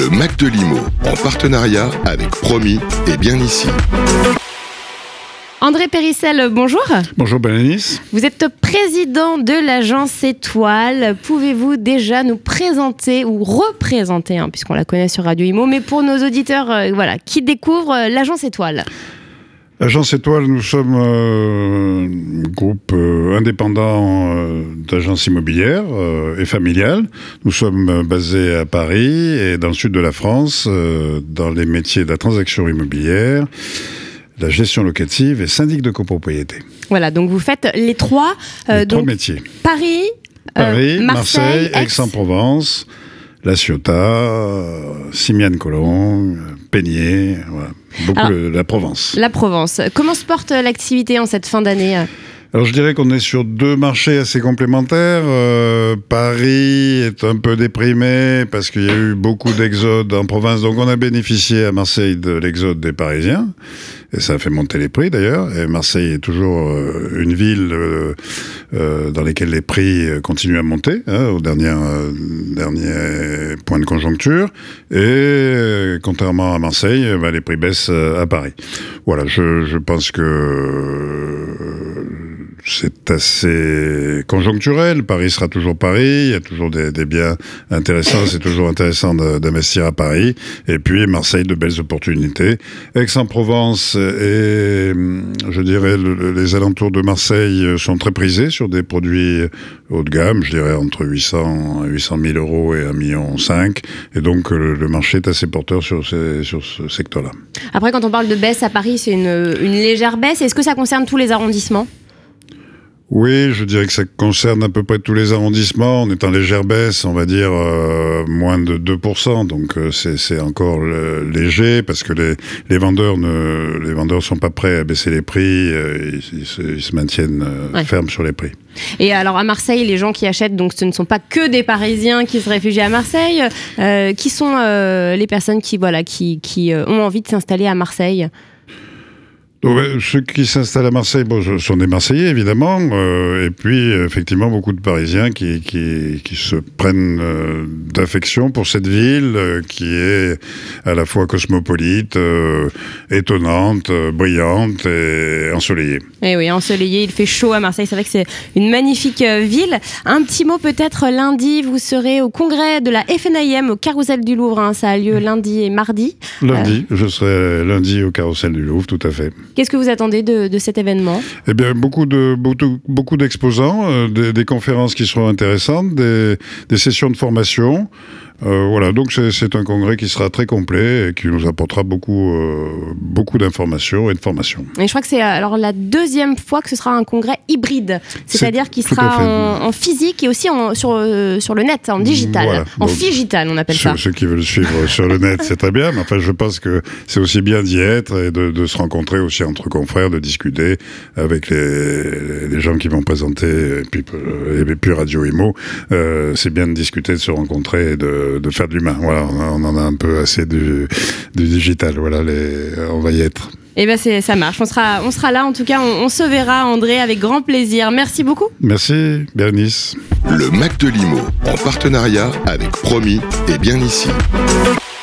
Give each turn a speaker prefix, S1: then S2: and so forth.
S1: Le Mac de Limo, en partenariat avec Promis et Bien Ici.
S2: André Périssel, bonjour.
S3: Bonjour Bérénice.
S2: Vous êtes président de l'agence Étoile. Pouvez-vous déjà nous présenter ou représenter, puisqu'on la connaît sur Radio Imo, mais pour nos auditeurs qui découvrent l'agence Étoile?
S3: L'agence Étoile, nous sommes un groupe indépendant d'agences immobilières et familiales. Nous sommes basés à Paris et dans le sud de la France, dans les métiers de la transaction immobilière, la gestion locative et syndic de copropriété.
S2: Voilà, donc vous faites les trois.
S3: Trois métiers.
S2: Paris,
S3: Marseille, Aix-en-Provence, La Ciotat, Simiane-Collonges, Peigné, voilà. La Provence.
S2: La Provence. Comment se porte l'activité en cette fin d'année ?
S3: Alors je dirais qu'on est sur deux marchés assez complémentaires. Paris est un peu déprimé parce qu'il y a eu beaucoup d'exodes en province. Donc on a bénéficié à Marseille de l'exode des Parisiens. Et ça a fait monter les prix d'ailleurs. Et Marseille est toujours une ville dans laquelle les prix continuent à monter, au dernier point de conjoncture. Et contrairement à Marseille, les prix baissent à Paris. Voilà, je pense que c'est assez conjoncturel. Paris sera toujours Paris. Il y a toujours des biens intéressants. C'est toujours intéressant d'investir à Paris. Et puis Marseille, de belles opportunités. Aix-en-Provence et je dirais les alentours de Marseille sont très prisés sur des produits haut de gamme. Je dirais entre 800 000 euros et 1,5 million. Et donc le marché est assez porteur sur ce secteur-là. Après,
S2: quand on parle de baisse à Paris, c'est une légère baisse. Est-ce que ça concerne tous les arrondissements ?
S3: Oui, je dirais que ça concerne à peu près tous les arrondissements. On est en légère baisse, on va dire moins de 2%. Donc c'est encore léger parce que les vendeurs sont pas prêts à baisser les prix. Ils se maintiennent fermes sur les prix.
S2: Et alors à Marseille, les gens qui achètent, donc ce ne sont pas que des Parisiens qui se réfugient à Marseille. Qui sont les personnes qui ont envie de s'installer à Marseille ?
S3: Donc, ceux qui s'installent à Marseille, sont des Marseillais évidemment, et puis effectivement beaucoup de Parisiens qui se prennent d'affection pour cette ville qui est à la fois cosmopolite, étonnante, brillante et ensoleillée.
S2: Et oui, ensoleillée, il fait chaud à Marseille, c'est vrai que c'est une magnifique ville. Un petit mot peut-être, lundi, vous serez au congrès de la FNIM au Carrousel du Louvre, ça a lieu lundi et mardi.
S3: Lundi, je serai lundi au Carrousel du Louvre, tout à fait.
S2: Qu'est-ce que vous attendez de cet événement ?
S3: Eh bien, beaucoup d'exposants, des conférences qui seront intéressantes, des sessions de formation. Voilà, donc c'est un congrès qui sera très complet et qui nous apportera beaucoup d'informations et de formations.
S2: Et je crois que c'est alors la deuxième fois que ce sera un congrès hybride, c'est-à-dire qu'il sera en physique et aussi sur le net, en digital, voilà. En figital on appelle ça.
S3: Ceux qui veulent suivre sur le net, c'est très bien, mais enfin je pense que c'est aussi bien d'y être et de se rencontrer aussi entre confrères, de discuter avec les gens qui vont présenter et puis Radio Imo. C'est bien de discuter, de se rencontrer et de faire de l'humain. Voilà, on en a un peu assez du digital. Voilà, on va y être.
S2: Eh bien, ça marche. On sera là. En tout cas, on se verra, André, avec grand plaisir. Merci beaucoup.
S3: Merci, Bérénice.
S1: Le Mac de Limo, en partenariat avec Promis et Bien Ici.